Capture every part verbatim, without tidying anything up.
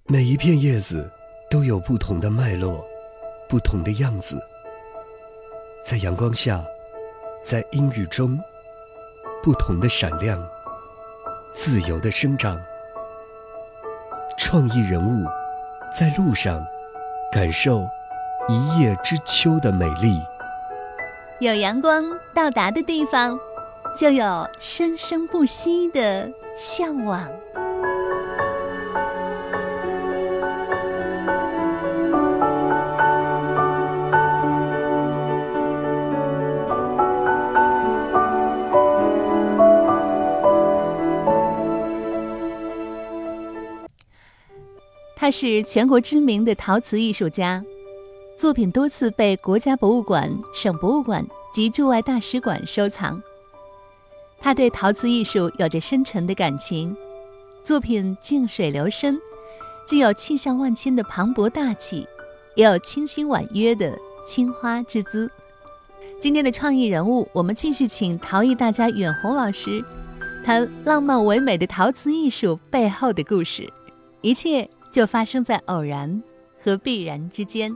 每一片叶子都有不同的脉络，不同的样子，在阳光下，在阴雨中，不同的闪亮，自由的生长。创意人物在路上感受一叶知秋的美丽。 有阳光到达的地方，就有生生不息的向往。他是全国知名的陶瓷艺术家，作品多次被国家博物馆、省博物馆及驻外大使馆收藏。他对陶瓷艺术有着深沉的感情，作品静水流深，既有气象万千的磅礴大气，也有清新婉约的青花之姿。今天的创意人物，我们继续请陶艺大家远红老师谈浪漫唯美的陶瓷艺术背后的故事，一切就发生在偶然和必然之间。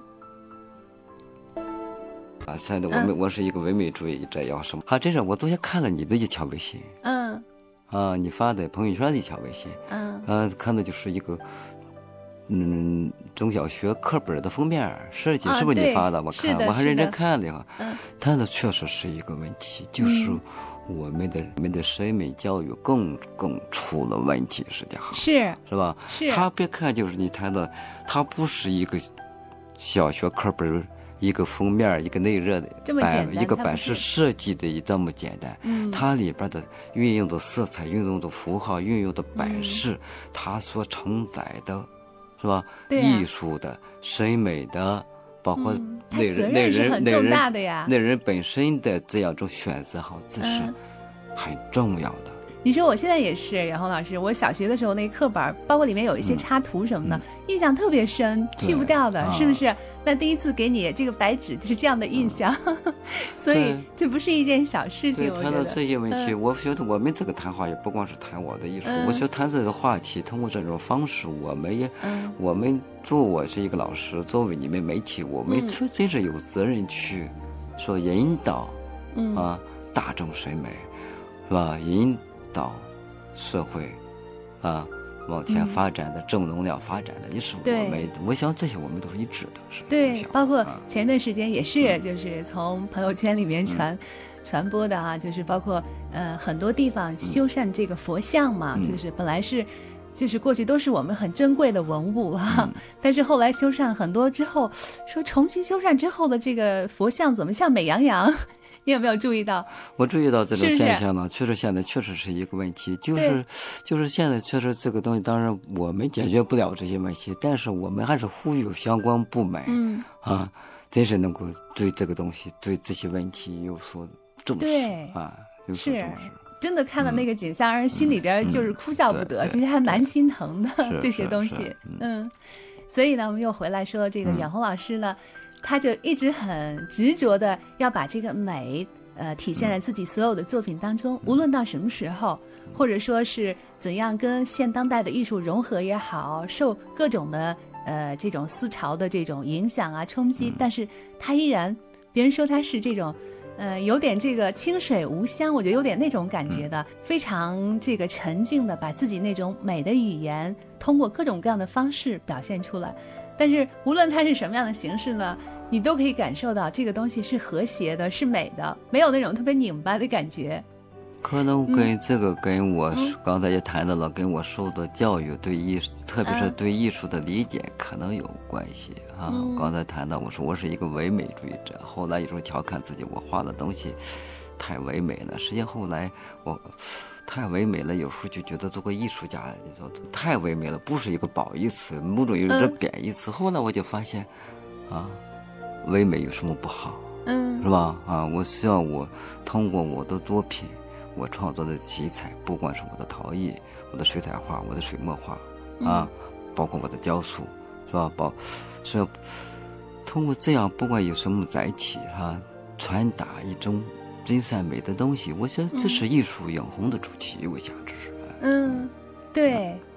啊，现在我们、嗯、我是一个唯美主义者，要什么？啊，真是我昨天看了你的一条微信， 嗯， 啊，你发的朋友圈的一条微信， 嗯， 呃、啊，看的就是一个，嗯，中小学课本的封面设计， 啊、 是不是你发的？我看我还认真看了哈， 嗯， 它的确实是一个问题，就是我们的、嗯、我们的审美教育更更出了问题，实际上是是吧？ 是， 他别看就是你谈的，它不是一个小学课本。一个封面，一个内热的版，一个版式设计的这么简单。 嗯， 它里边的运用的色彩、运用的符号、运用的版式，嗯、它所承载的，是吧？ 对啊、 艺术的、审美的，包括内人、内人、 内人、 内人本身的这样一种选择，好，这是很重要的。 嗯，你说我现在也是远红老师，我小学的时候那个课本，包括里面有一些插图什么的，嗯、印象特别深，去不掉的，是不是？那第一次给你这个白纸就是这样的印象，嗯、所以这不是一件小事情。 对，谈到这些问题，嗯、我觉得我们这个谈话也不光是谈我的艺术，嗯、我觉得谈这个话题，通过这种方式，我们也，嗯、我们作为我是一个老师，作为你们媒体，我们确真是有责任去说引导， 嗯、 啊，大众审美，是吧？引导社会，啊。往前发展的、嗯、正能量发展的，也是我们，我想这些我们都是一致的，是对。包括前段时间也是，嗯、就是从朋友圈里面传、嗯、传播的啊，就是包括呃很多地方修缮这个佛像嘛，嗯、就是本来是就是过去都是我们很珍贵的文物啊，嗯、但是后来修缮很多之后，说重新修缮之后的这个佛像怎么像美羊羊？你有没有注意到？ 我注意到这种现象呢，确实现在确实是一个问题，就是就是现在确实这个东西，当然我们解决不了这些问题，但是我们还是呼吁相关部门， 嗯啊，真是能够对这个东西、对这些问题有所重视啊，有所重视。 真的看到那个景象，让人心里边就是哭笑不得，其实还蛮心疼的这些东西。嗯，所以呢，我们又回来说这个远红老师呢。他就一直很执着的要把这个美呃体现在自己所有的作品当中，嗯、无论到什么时候，或者说是怎样跟现当代的艺术融合也好，受各种的呃这种思潮的这种影响啊冲击，嗯、但是他依然，别人说他是这种呃有点这个清水无香，我觉得有点那种感觉的，嗯、非常这个沉静的把自己那种美的语言通过各种各样的方式表现出来。但是无论它是什么样的形式呢，你都可以感受到这个东西是和谐的，是美的，没有那种特别拧巴的感觉。 可能跟这个跟我、嗯、刚才也谈到了，跟我受的教育对艺术，特别是对艺术的理解可能有关系啊。嗯、刚才谈到我说我是一个唯美主义者，后来有时候调侃自己，我画的东西太唯美了。实际上后来我太唯美了，有时候就觉得做个艺术家，你说太唯美了，不是一个褒义词，某种有点贬义词。嗯、后来我就发现，啊，唯美有什么不好？ 嗯， 是吧？啊，我希望我通过我的作品，我创作的题材，不管是我的陶艺、我的水彩画、我的水墨画，啊，嗯、包括我的雕塑，是吧？包是通过这样，不管有什么载体，哈，传达一种真善美的东西，我想这是艺术永恒的主题。嗯、我想这是， 嗯，对。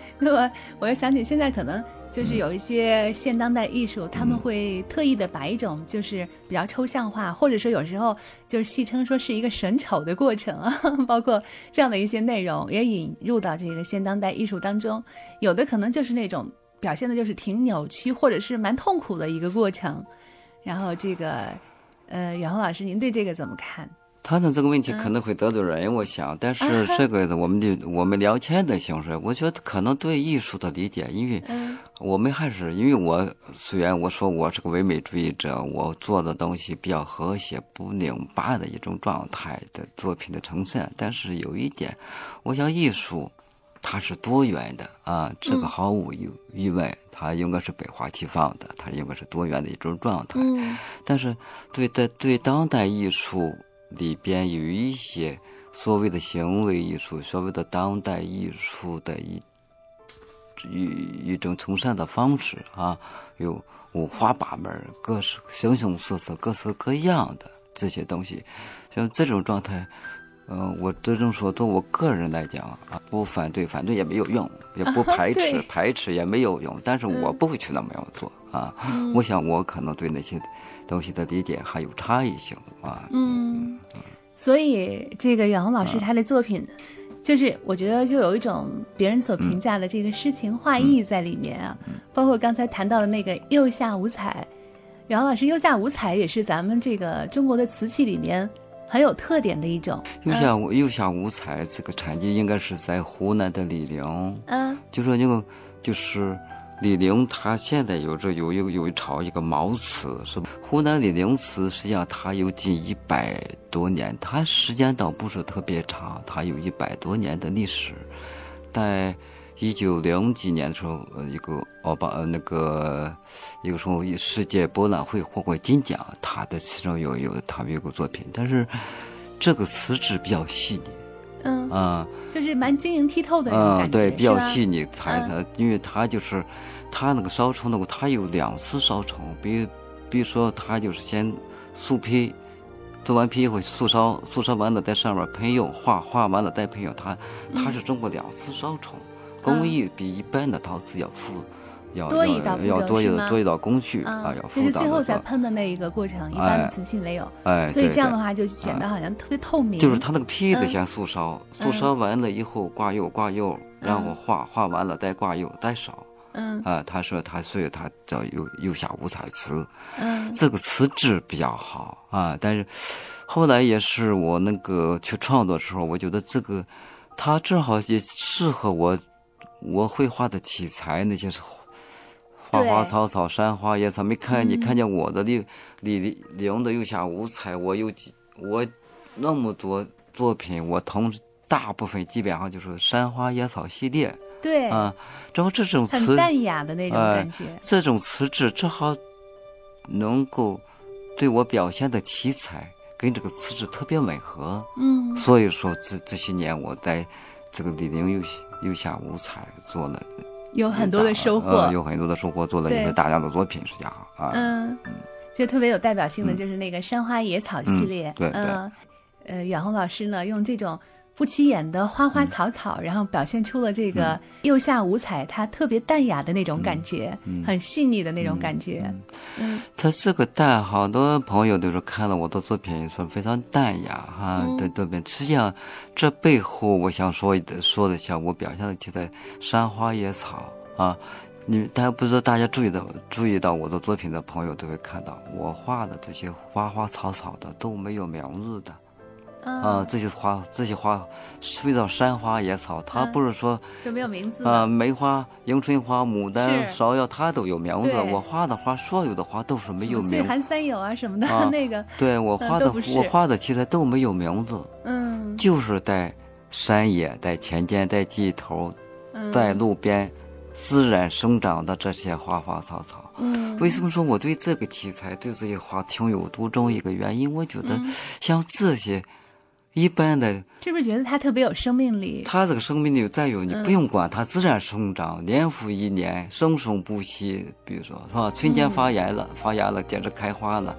那么我又想起现在可能就是有一些现当代艺术、嗯、他们会特意的把一种就是比较抽象化，或者说有时候就是戏称说是一个审丑的过程啊，包括这样的一些内容也引入到这个现当代艺术当中。有的可能就是那种表现的就是挺扭曲或者是蛮痛苦的一个过程。然后这个呃，远红老师您对这个怎么看？ 他的这个问题可能会得罪人、嗯、我想，但是这个我们的、啊、我们聊天的形式，我觉得可能对艺术的理解，因为我们还是因为我虽然我说我是个唯美主义者，我做的东西比较和谐不拧巴的一种状态的作品的呈现，但是有一点，我想艺术它是多元的啊，这个毫无疑问、嗯、它应该是百花齐放的，它应该是多元的一种状态、嗯、但是对的对当代艺术里边有一些所谓的行为艺术，所谓的当代艺术的一一一种呈现的方式啊，有五花八门、各式形形色色、各色各样的这些东西，像这种状态，呃，我真正说，对我个人来讲啊，不反对，反对也没有用，也不排斥，啊、排斥也没有用，但是我不会去那么样做、嗯、啊。我想我可能对那些东西的理解还有差异性啊。 嗯，所以这个远红老师他的作品、嗯，就是我觉得就有一种别人所评价的这个诗情画意在里面啊。嗯、包括刚才谈到的那个釉下五彩，远红老师釉下五彩也是咱们这个中国的瓷器里面很有特点的一种。 釉下釉下五彩这个产地应该是在湖南的醴陵。嗯，就说那个就是醴陵，它现在有着有有有一朝一个毛瓷，是湖南醴陵瓷，实际上它有近一百多年，它时间倒不是特别长，它有一百多年的历史。在一九零几年的时候，一个奥巴那个一个什么世界博览会获过金奖，它的其中有有他们有个作品，但是这个瓷质比较细腻。 嗯啊、嗯，就是蛮晶莹剔透的那种感觉， 嗯，对，比较细腻才它、嗯，因为它就是它那个烧成那个，它有两次烧成，比比如说它就是先素坯，做完坯以后素烧，素烧完了在上面喷釉，画画完了再喷釉，它它是经过两次烧成，嗯、工艺比一般的陶瓷要复。要多一道要多一道多一道工序啊，要就是最后再喷的那一个过程，一般的瓷器没有，哎，所以这样的话就显得好像特别透明。 就是它那个坯子先素烧，素烧完了以后挂釉，挂釉，然后画，画完了再挂釉，再烧。嗯啊，他说他所以他叫釉釉下五彩瓷，嗯，这个瓷质比较好啊。但是后来也是我那个去创作的时候，我觉得这个它正好也适合我我绘画的题材那些。花花草草、山花野草，没看你看见我的醴醴陵的釉下五彩，我有几我那么多作品，我同大部分基本上就是山花野草系列。 对啊，然后这种瓷很淡雅的那种感觉， 呃、这种瓷质正好能够对我表现的题材跟这个瓷质特别吻合。嗯，所以说这这些年我在这个醴陵釉釉下五彩做了。 有很多的收获、 呃，有很多的收获，做了一些大量的作品，实际上啊， 嗯嗯，就特别有代表性的就是那个山花野草系列， 嗯、对对， 呃，呃，远红老师呢用这种不起眼的花花草草，嗯、然后表现出了这个釉下五彩它特别淡雅的那种感觉，嗯、很细腻的那种感觉， 嗯，它这个淡，好多朋友都是看了我的作品说非常淡雅哈的作品，实际上这背后我想说的说的像我表现的就在山花野草啊，你但不知道大家注意到注意到我的作品的朋友都会看到我画的这些花花草草的都没有名字的。啊、呃，这些花，这些花，虽叫山花野草，它不是说就没有名字啊、呃，梅花、迎春花、牡丹、芍药，它都有名字。我画的花，所有的花都是没有名字。 岁寒三友啊什么的， 啊、 那个， 对我画的、嗯，我画的其实都没有名字。嗯，就是在山野、在田间、在地头、在路边自然生长的这些花花草草。嗯，为什么说我对这个题材、对这些花情有独钟？一个原因，我觉得像这些。一般的， 是不是觉得它特别有生命力？ 它这个生命力再有，你不用管它，自然生长，嗯、年复一年，生生不息。比如说，是吧？春天发芽了，嗯、发芽了，接着开花了，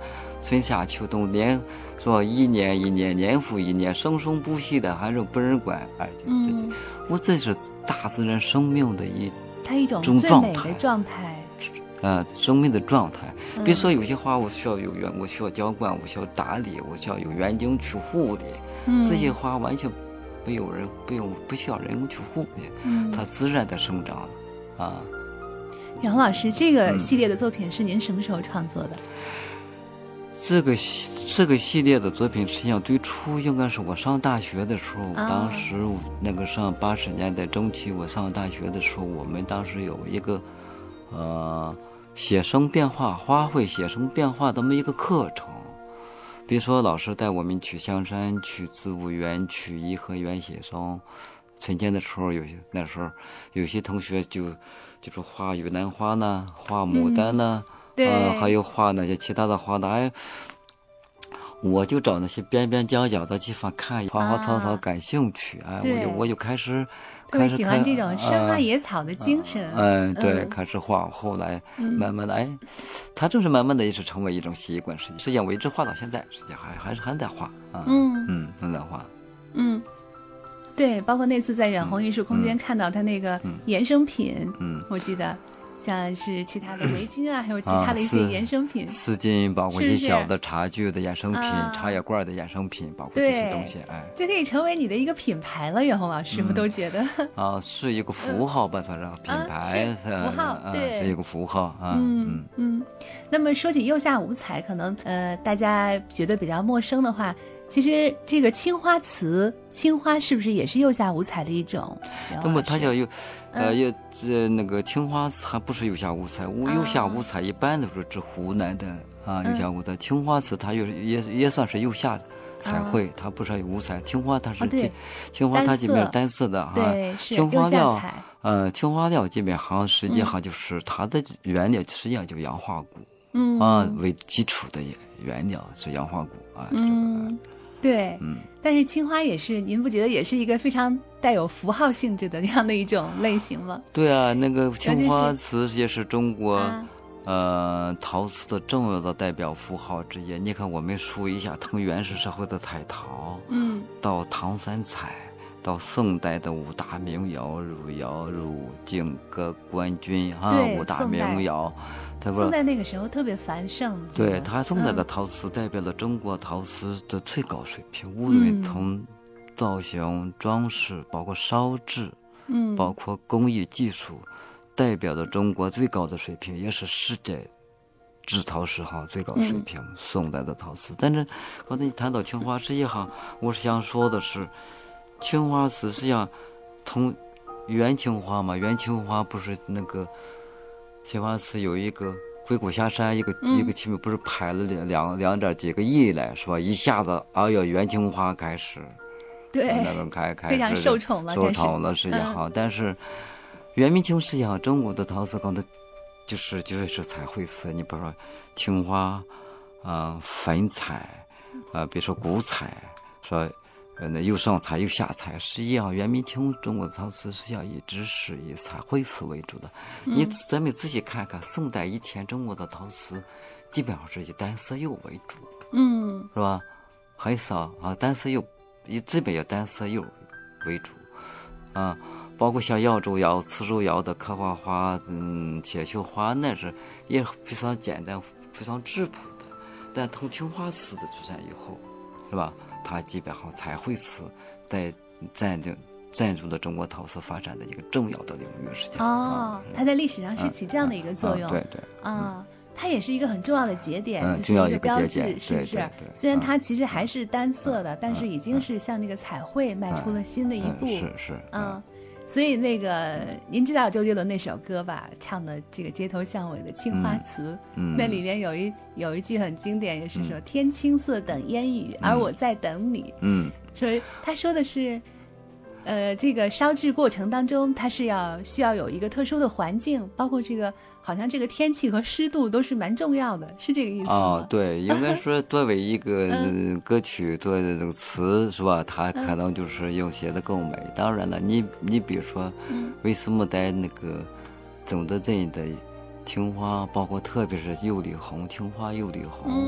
春夏秋冬年，是吧？一年一年，年复一年，生生不息的，还是不人管，而且自己，嗯、我这是大自然生命的一它一种最美的状态， 呃，生命的状态。比如说有些花，我需要有园，我需要浇灌，我需要打理，我需要有园丁去护理，嗯、这些花完全没有人不用不需要人工去护理，嗯、它自然的生长，啊。 远红老师，这个系列的作品是您什么时候创作的？嗯、 这个这个系列的作品，实际上最初应该是我上大学的时候，哦、当时那个上八十年代中期，我上大学的时候，我们当时有一个呃写生变化花卉写生变化这么一个课程。比如说老师带我们去香山、去植物园、去颐和园写生。春天的时候，有些那时候有些同学就就是画玉兰花呢，画牡丹呢，嗯、对、呃，还有画那些其他的花的。哎，我就找那些边边角角的地方看花花草草感兴趣，啊、哎，我就我就开始特别喜欢这种山花野草的精神。 嗯，嗯对，开始画，后来慢慢的，哎，它正是慢慢的也是成为一种习惯，实际实际上我一直画到现在，实际还还是还在画啊，嗯嗯，还在画， 嗯。对，包括那次在远红艺术空间看到他那个衍生品，嗯，我记得像是其他的围巾啊，还有其他的一些衍生品， 丝巾，包括一些小的茶具的衍生品，啊、茶叶罐的衍生品，包括这些东西，哎， 这可以成为你的一个品牌了，远红老师，嗯、我都觉得啊，是一个符号吧，反正品牌、 啊、符号，对， 是一个符号啊， 嗯嗯嗯。那么说起釉下五彩，可能呃大家觉得比较陌生的话。其实这个青花瓷，青花是不是也是釉下五彩的一种？ 那么它叫釉，呃，釉这那个青花瓷还不是釉下五彩，釉下五彩一般都是指湖南的啊釉下五彩，青花瓷它也也也算是釉下彩绘，它不是五彩，青花它是这，青花它基本上单色的哈，青花料，呃，青花料基本上实际上就是它的原料实际上就氧化钴，嗯啊为基础的原料是氧化钴啊， 嗯。对，嗯，但是青花也是，您不觉得也是一个非常带有符号性质的这样的一种类型吗？ 对啊，那个青花瓷也是中国，啊、呃，陶瓷的重要的代表符号之一。你看，我们数一下，从原始社会的彩陶，嗯，到唐三彩，到宋代的五大名窑，汝窑、汝净、各官钧啊，五大名窑。 宋代那个时候特别繁盛， 对，它宋代的陶瓷代表了中国陶瓷的最高水平，嗯、无论从造型、装饰，包括烧制，嗯，包括工艺技术，代表了中国最高的水平，也是世界制陶史上最高水平。嗯、宋代的陶瓷，但是刚才你谈到青花，实际上我是想说的是，青花瓷实际上从元青花嘛，元青花不是那个。青花瓷有一个鬼谷下山，一个、嗯、一个期末不是拍了两两两点几个亿来，是吧？一下子，哎呀，元青花开始， 对， 那个开开非常受宠了， 受宠了是也好。嗯、但是元明清实际上中国的陶瓷刚才就是就是彩绘瓷，你比如说青花，啊、呃，粉彩，啊、呃，比如说古彩，说。呃，那又上彩又下彩，实际上元明清中国的陶瓷实际上一直是以彩绘瓷为主的。嗯、你咱们仔细看看，宋代以前中国的陶瓷基本上是以单色釉为主，嗯，是吧？很少啊，单色釉以基本以单色釉为主，啊，包括像耀州窑、磁州窑的刻画花，嗯，铁锈花，那是也非常简单、非常质朴的。但从青花瓷的出现以后，是吧？它基本上彩绘瓷在占领占据了中国陶瓷发展的一个重要的领域，实际上哦，它在历史上是起这样的一个作用， 对对啊，它也是一个很重要的节点， 嗯， 重要一个标志，是不是？虽然它其实还是单色的，但是已经是向那个彩绘迈出了新的一步， 是是， 嗯。所以那个您知道周杰伦那首歌吧，唱的这个街头巷尾的青花瓷，嗯、那里面有一有一句很经典，也是说、嗯、天青色等烟雨、嗯、而我在等你，嗯，所以他说的是呃这个烧制过程当中它是要需要有一个特殊的环境，包括这个好像这个天气和湿度都是蛮重要的，是这个意思吗？ 哦，对，应该说作为一个歌曲，作为这个词是吧？它可能就是用写的更美。当然了，你你比如说，为什么在那个总德镇的青花，包括特别是釉里红、青花釉里红，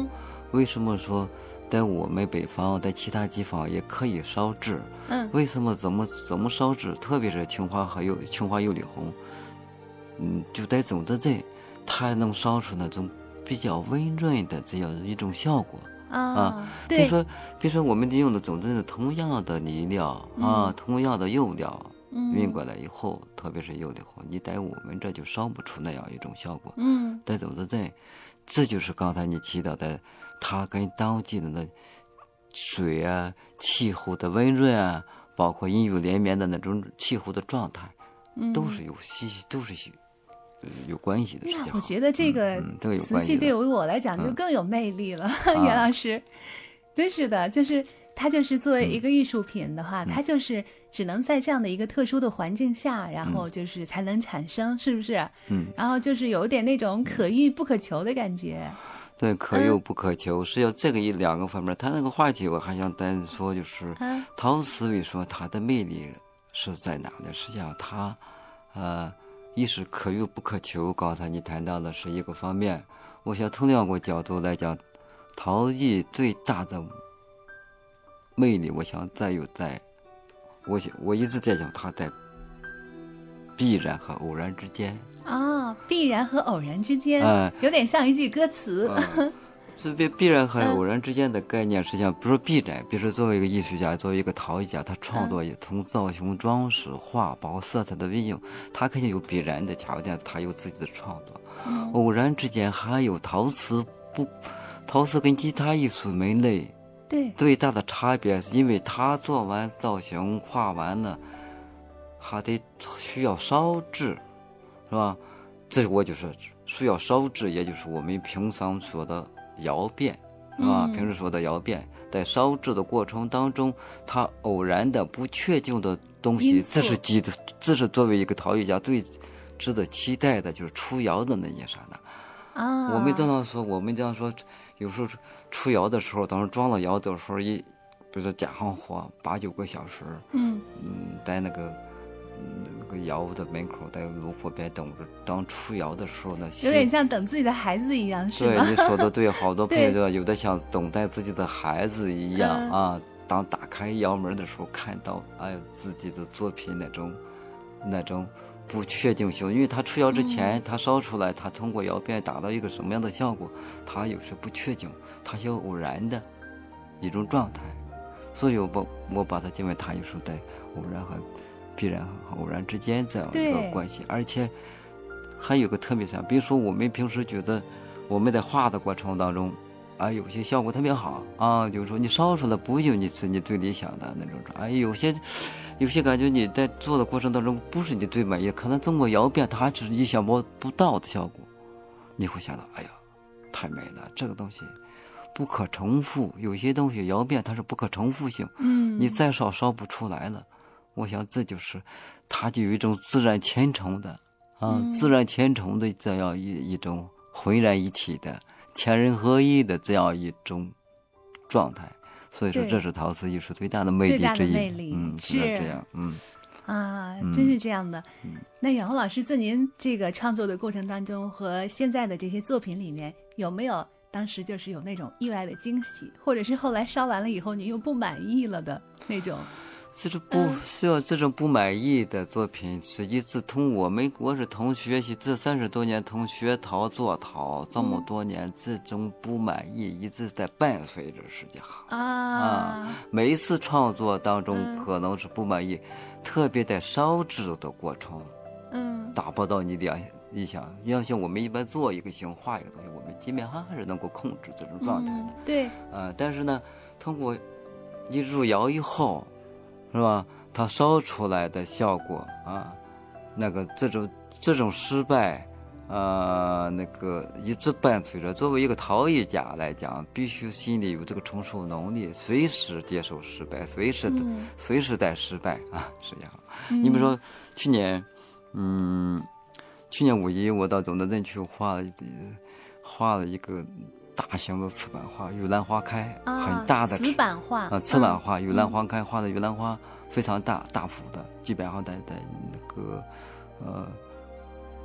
为什么说在我们北方，在其他地方也可以烧制？ 嗯， 为什么怎么怎么烧制？特别是青花和柚青花柚里红，嗯，就在种子这，它能烧出那种比较温润的这样一种效果。 啊， 啊，比如说，比如说我们用的种子的同样的泥料啊，嗯、同样的釉料， 嗯、 运过来以后，特别是釉里红，你在我们这就烧不出那样一种效果。 嗯， 在种子这，这就是刚才你提到的，它跟当季的那水啊、气候的温润啊，包括阴雨连绵的那种气候的状态， 嗯、 都是有息息，都是息。有关系的事情。 那我觉得这个瓷器对于我来讲就更有魅力了，嗯、袁老师，真是的，就是它就是作为一个艺术品的话，嗯、它就是只能在这样的一个特殊的环境下，然后就是才能产生，是不是？ 嗯， 然后就是有点那种可遇不可求的感觉。 对，可遇不可求，是要这个一两个方面。他那个话题我还想单说，就是陶瓷为说它的魅力是在哪呢？实际上它，呃。一是可遇不可求，刚才你谈到的是一个方面。我想从两个角度来讲，陶艺最大的魅力，我想在有在，我想我一直在讲它在必然和偶然之间。 啊、哦，必然和偶然之间，嗯，有点像一句歌词。 嗯这必必然和偶然之间的概念，实际上，比如说必然，比如说作为一个艺术家，作为一个陶艺家，他创作也从造型、装饰、画，包括色彩的运用，他肯定有必然的条件，他有自己的创作。 嗯、 偶然之间还有陶瓷不，陶瓷跟其他艺术门类对最大的差别，是因为他做完造型、画完了，还得需要烧制，是吧？这我就说需要烧制，也就是我们平常说的窑变，啊， 嗯、 平时说的窑变，在烧制的过程当中，它偶然的不确定的东西，这是记得，这是作为一个陶艺家最值得期待的，就是出窑的那一刹那。 啊， 我们经常说，我们这样说，有时候出窑的时候，当时装了窑的时候，一，比如说加上火八九个小时， 嗯嗯，在那个。那个窑的门口，在炉火边等着。当出窑的时候呢， 有点像等自己的孩子一样，是吗？ 对，你说的对，好多朋友说有的像等待自己的孩子一样、嗯、啊。当打开窑门的时候，看到哎呀自己的作品那种那种不确定性，因为他出窑之前，嗯、他烧出来，他通过窑变达到一个什么样的效果，他有时不确定，他有偶然的一种状态，所以我我把它定为它有时候在偶然和必然和偶然之间这样一个关系，而且还有个特别像，比如说我们平时觉得我们在画的过程当中，啊，有些效果特别好啊，就是说你烧出来不一定你是你最理想的那种，哎，有些有些感觉你在做的过程当中不是你最满意，可能通过窑变它只是意想不不到的效果，你会想到，哎呀，太美了，这个东西不可重复，有些东西窑变它是不可重复性， 嗯， 你再烧烧不出来了。我想这就是它就有一种自然虔诚的啊、嗯、自然虔诚的这样一一种浑然一体的天人合一的这样一种状态，所以说这是陶瓷艺术最大的魅力之一。 魅力嗯， 是这样，嗯啊，真是这样的。 嗯、 那远红老师在您这个创作的过程当中和现在的这些作品里面，有没有当时就是有那种意外的惊喜，或者是后来烧完了以后您又不满意了的那种？ 这种不需要这种不满意的作品，是一直同我们我是同学习这三十多年，同学陶做陶这么多年，嗯、这种不满意一直在伴随着实际上啊啊，每一次创作当中可能是不满意，嗯、特别在烧制的过程， 嗯， 达不到你的理想。要像我们一般做一个形画一个东西，我们基本上还是能够控制这种状态的， 嗯、对， 啊、呃，但是呢，通过一入窑以后。是吧？它烧出来的效果啊，那个这种这种失败，呃，那个一直伴随着。作为一个陶艺家来讲，必须心里有这个承受能力，随时接受失败，随时、嗯、随时在失败啊，是这样。 嗯、 你比如说去年，嗯，去年五一我到总德镇去画了画了一个。大型的瓷板画，玉兰花开， 啊、 很大的瓷板画啊，瓷板画，玉兰花开，画的玉兰花非常大，大幅的，基本上在在那个呃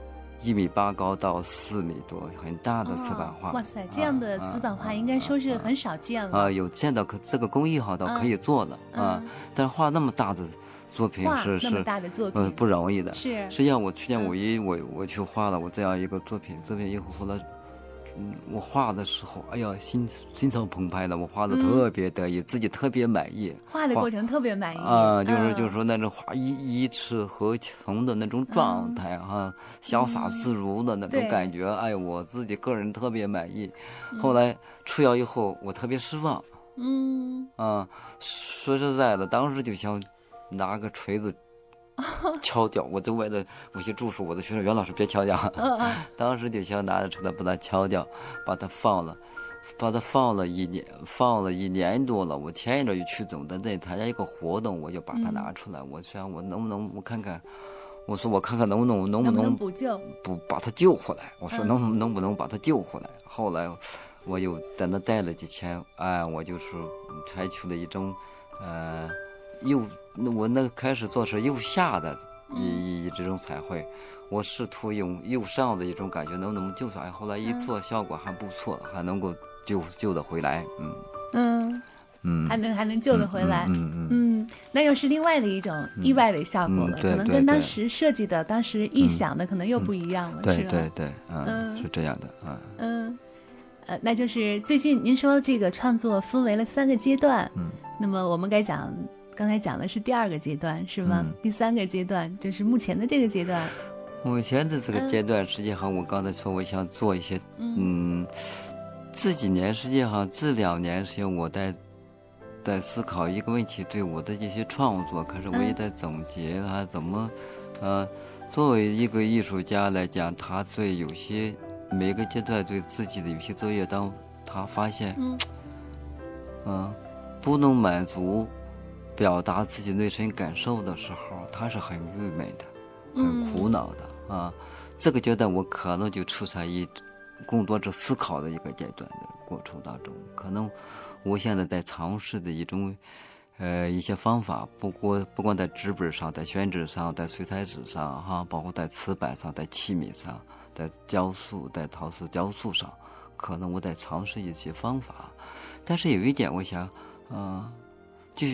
一米八高到四米多，很大的瓷板画。 哦、哇塞，这样的瓷板画应该说是很少见了。 啊，啊有见到可这个工艺好到可以做了、嗯、啊、嗯，但是画那么大的作品是是那么大的作品、 呃、不容易的。 是， 实际上我去年五一、嗯、我我去画了我这样一个作品，作品以后后来。嗯，我画的时候，哎呀，心心潮澎湃的，我画的特别得意、嗯，自己特别满意。 画的过程特别满意啊、呃，就是、嗯、就是说那种画一一尺合成的那种状态哈、嗯，潇洒自如的那种感觉，嗯、哎，我自己个人特别满意。嗯、后来出窑以后，我特别失望。 嗯啊，说实在的，当时就想拿个锤子。敲掉我周围的有些助手，我的学生袁老师别敲掉。 嗯嗯， 当时就想拿着锤子把它敲掉，把它放了，把它放了一年，放了一年多了。我前一阵又去总单位参加一个活动，我就把它拿出来。嗯、我想我能不能我看看，我说我看看能不能能不能补救， 不把它救回来。我说能、嗯、能不能把它救回来。后来我又在那带了几天，哎，我就是采取了一种，呃，又。那我那开始做是右下的一、嗯、这种彩绘，我试图用右上的一种感觉能不能救出来，后来一做效果还不错，嗯、还能够救救得回来，嗯嗯嗯，还能还能救得回来， 嗯嗯 嗯, 嗯，那又是另外的一种意外的效果了， 嗯、 可能跟当时设计的、当时预想的可能又不一样了， 嗯、 是吧？ 对对对，嗯，嗯是这样的，嗯嗯。呃，那就是最近您说这个创作分为了三个阶段， 嗯， 那么我们该讲。刚才讲的是第二个阶段是吗、嗯、第三个阶段就是目前的这个阶段。 目前的这个阶段、嗯、实际上我刚才说我想做一些 嗯, 嗯这几年实际上这两年实际上我在在思考一个问题，对我的一些创作可是我也在总结啊、嗯、怎么呃作为一个艺术家来讲，他对有些每个阶段对自己的有些作业，当他发现嗯、呃、不能满足表达自己内心感受的时候，他是很郁闷的，很苦恼的、嗯、啊。这个阶段我可能就处在一更多是思考的一个阶段的过程当中。可能我现在在尝试的一种呃一些方法，不过不光在纸本上，在宣纸上，在水彩纸上哈，包括在瓷板上，在器皿上，在雕塑，在陶瓷雕塑上，可能我在尝试一些方法。但是有一点，我想，嗯、呃，就是。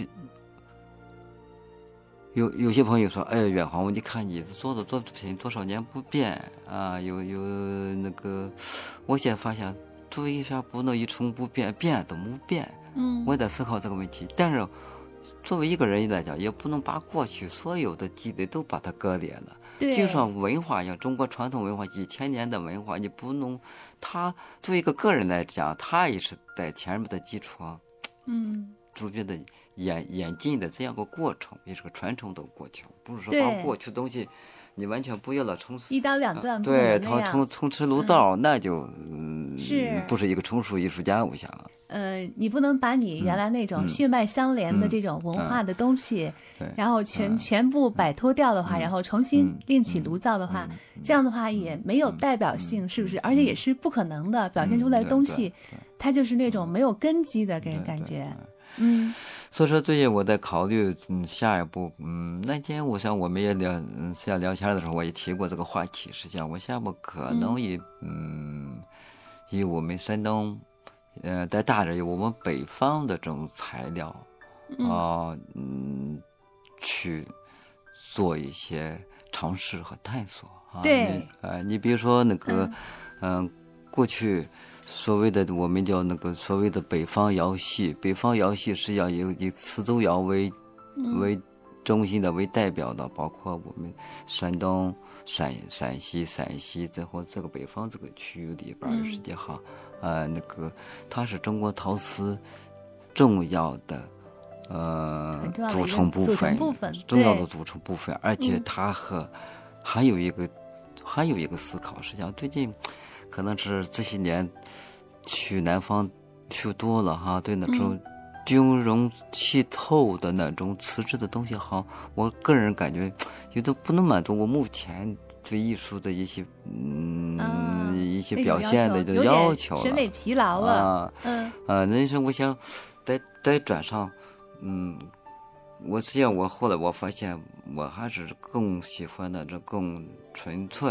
有有些朋友说，哎，远航，你看你做的作品多少年不变啊？有有那个，我现在发现，为啥不能一成不变，变怎么变？ 嗯， 我也在思考这个问题。但是，作为一个人来讲，也不能把过去所有的积累都把它割裂了。 对， 就像文化一样，中国传统文化几千年的文化，你不能，他作为一个个人来讲，他也是在前面的基础， 嗯， 逐渐的。演演进的这样个过程，也是个传承的过程，不是说把过去的东西你完全不要了，从一刀两断， 对，从从从吃炉灶、嗯，那就嗯是不是一个成熟艺术家，我想。 呃，你不能把你原来那种血脉相连的这种文化的东西， 嗯嗯、 然后全、嗯、全部摆脱掉的话， 嗯、 然后重新另起炉灶的话， 嗯、 这样的话也没有代表性， 嗯、 是不是？而且也是不可能的，表现出来的东西，它就是那种没有根基的，给人感觉。嗯， 所以说最近我在考虑，嗯，下一步，嗯，那天我想我们也聊，嗯，私下聊天的时候，我也提过这个话题。实际上，我下一步可能以，嗯，嗯以我们山东，呃，在大着以我们北方的这种材料，啊、呃，嗯，去做一些尝试和探索啊。 对， 呃，你比如说那个，嗯、呃，过去。所谓的我们叫那个所谓的北方窑系，北方窑系实际上以以磁州窑为、嗯、为中心的为代表的，包括我们山东、陕陕西、陕西这或这个北方这个区域里边，实际上，嗯、呃，那个它是中国陶瓷重要的呃组成部分， 部分重要的组成部分，而且它和、嗯、还有一个还有一个思考，实际上最近。可能是这些年去南方去多了哈，对那种晶融剔透的那种瓷质的东西好，我个人感觉有的不能满足我目前对艺术的一些嗯、 啊、 一些表现的要求，要求了， 审美疲劳了啊，嗯啊，那时候我想再再转上，嗯，我实际上我后来我发现我还是更喜欢的这更纯粹。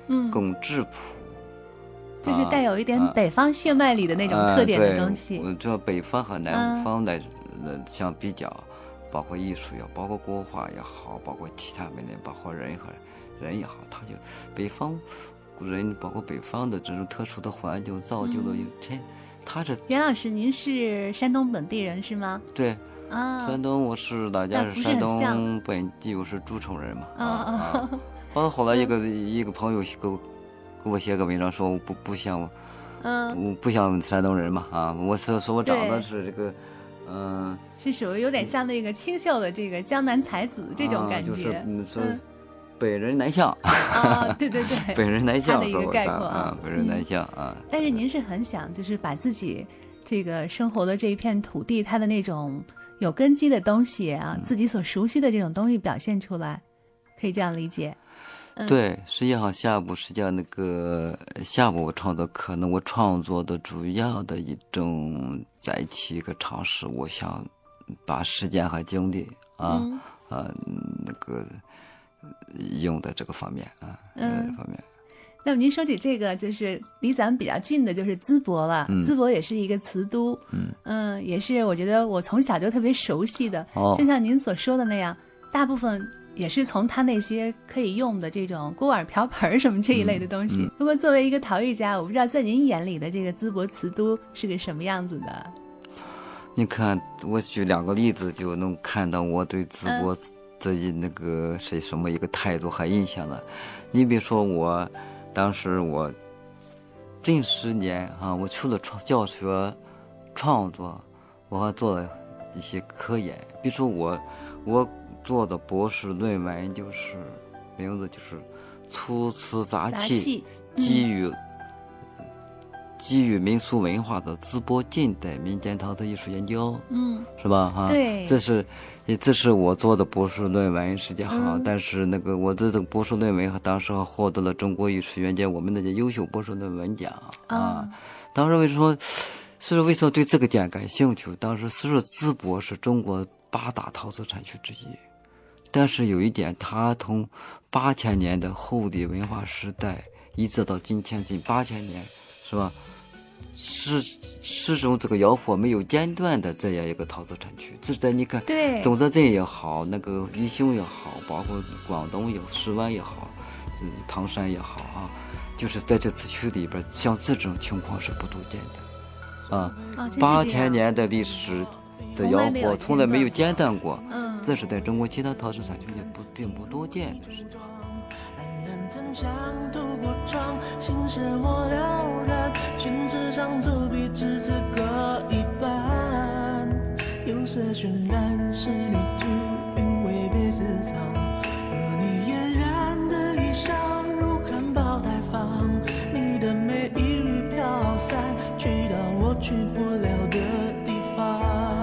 嗯， 更质朴， 就是带有一点北方血脉里的那种特点的东西。 啊啊、这北方和南方来、嗯、相比较，包括艺术也包括国画也好，包括其他方面，包括人和人也好，他就北方人，包括北方的这种特殊的环境造就了有这、嗯，他这。 袁老师，您是山东本地人是吗？ 对。 啊， 山东我是老家是山东本地，我是诸城人嘛。啊啊！完了后来一个、嗯、一个朋友给我给我写个文章说我不不像我，嗯，我不像山东人嘛啊！我说说我长得是这个，嗯、呃， 是属于有点像那个清秀的这个江南才子这种感觉， 啊、就是嗯说北人南向。 啊，对对对， 北人南向的一个概括啊，北人南向啊。 但是您是很想就是把自己这个生活的这一片土地，它的那种。有根基的东西啊，自己所熟悉的这种东西表现出来，可以这样理解。 嗯、对，实际上下部实际上那个下部我创作，可能我创作的主要的一种在其一个尝试，我想把时间和精力啊、嗯、啊那个用在这个方面啊，嗯，这方面。 那么您说起这个，就是离咱们比较近的，就是淄博了。嗯、淄博也是一个瓷都，嗯嗯，也是我觉得我从小就特别熟悉的。哦，就像您所说的那样，大部分也是从他那些可以用的这种锅碗瓢盆什么这一类的东西。嗯嗯、不过作为一个陶艺家，我不知道在您眼里的这个淄博瓷都是个什么样子的。 你看，我举两个例子就能看到我对淄博自己那个是什么一个态度和印象了。嗯、你比如说我。当时我近十年啊，我除了创教学、创作，我还做了一些科研。比如说我，我做的博士论文就是名字就是“粗瓷杂器基于、嗯、基于民俗文化的淄博近代民间陶瓷艺术研究”，嗯，是吧？哈， 对， 这是。这是我做的博士论文，实际上、嗯，但是那个我的这个博士论文和当时还获得了中国艺术院界我们的优秀博士论文奖、哦、啊。当时为什么是为什么对这个奖感兴趣？当时是说淄博是中国八大陶瓷产区之一，但是有一点，它从八千年的后帝文化时代一直到今天近八千年，是吧？是始终这个窑火没有间断的这样一个陶瓷产区，这在你看， 对， 总泽镇也好，那个宜兴也好，包括广东也好，石湾也好，这唐山也好啊，就是在这次区里边，像这种情况是不多见的，啊，八千年的历史的窑火从来没有间断过，嗯，这是在中国其他陶瓷产区也不并不多见的事情。 想渡过窗，心事我了然，宣纸上走笔只字各一半，有色渲染是旅途，韵味被私藏，而你嫣然的衣裳如含苞待放，你的美一缕飘散，去到我去不了的地方。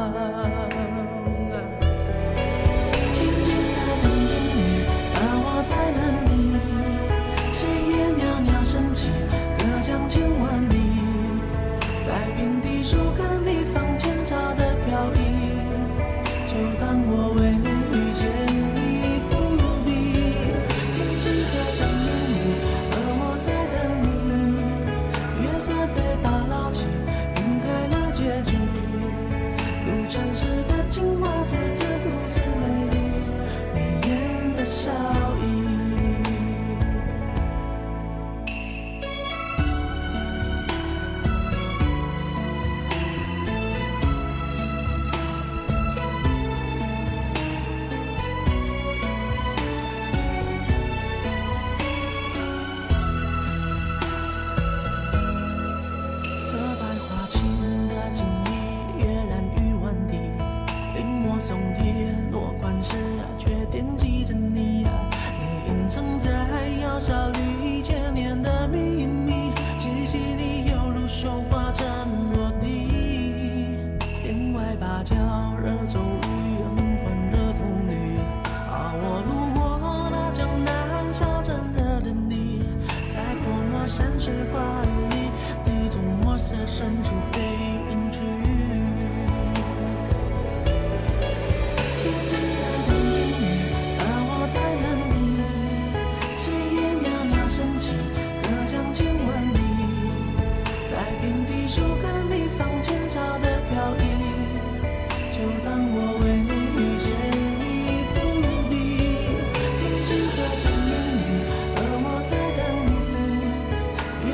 听见彩灯点雨，而我在哪里？升起，隔江千万里，在平地树根里放前朝的飘逸，就当我为你遇见你伏笔，听金色的烟雾，而我在等你，月色被打捞起，晕开了结局，如传世的青花瓷，自顾自美丽，眉眼的笑意。起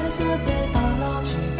色被打捞起。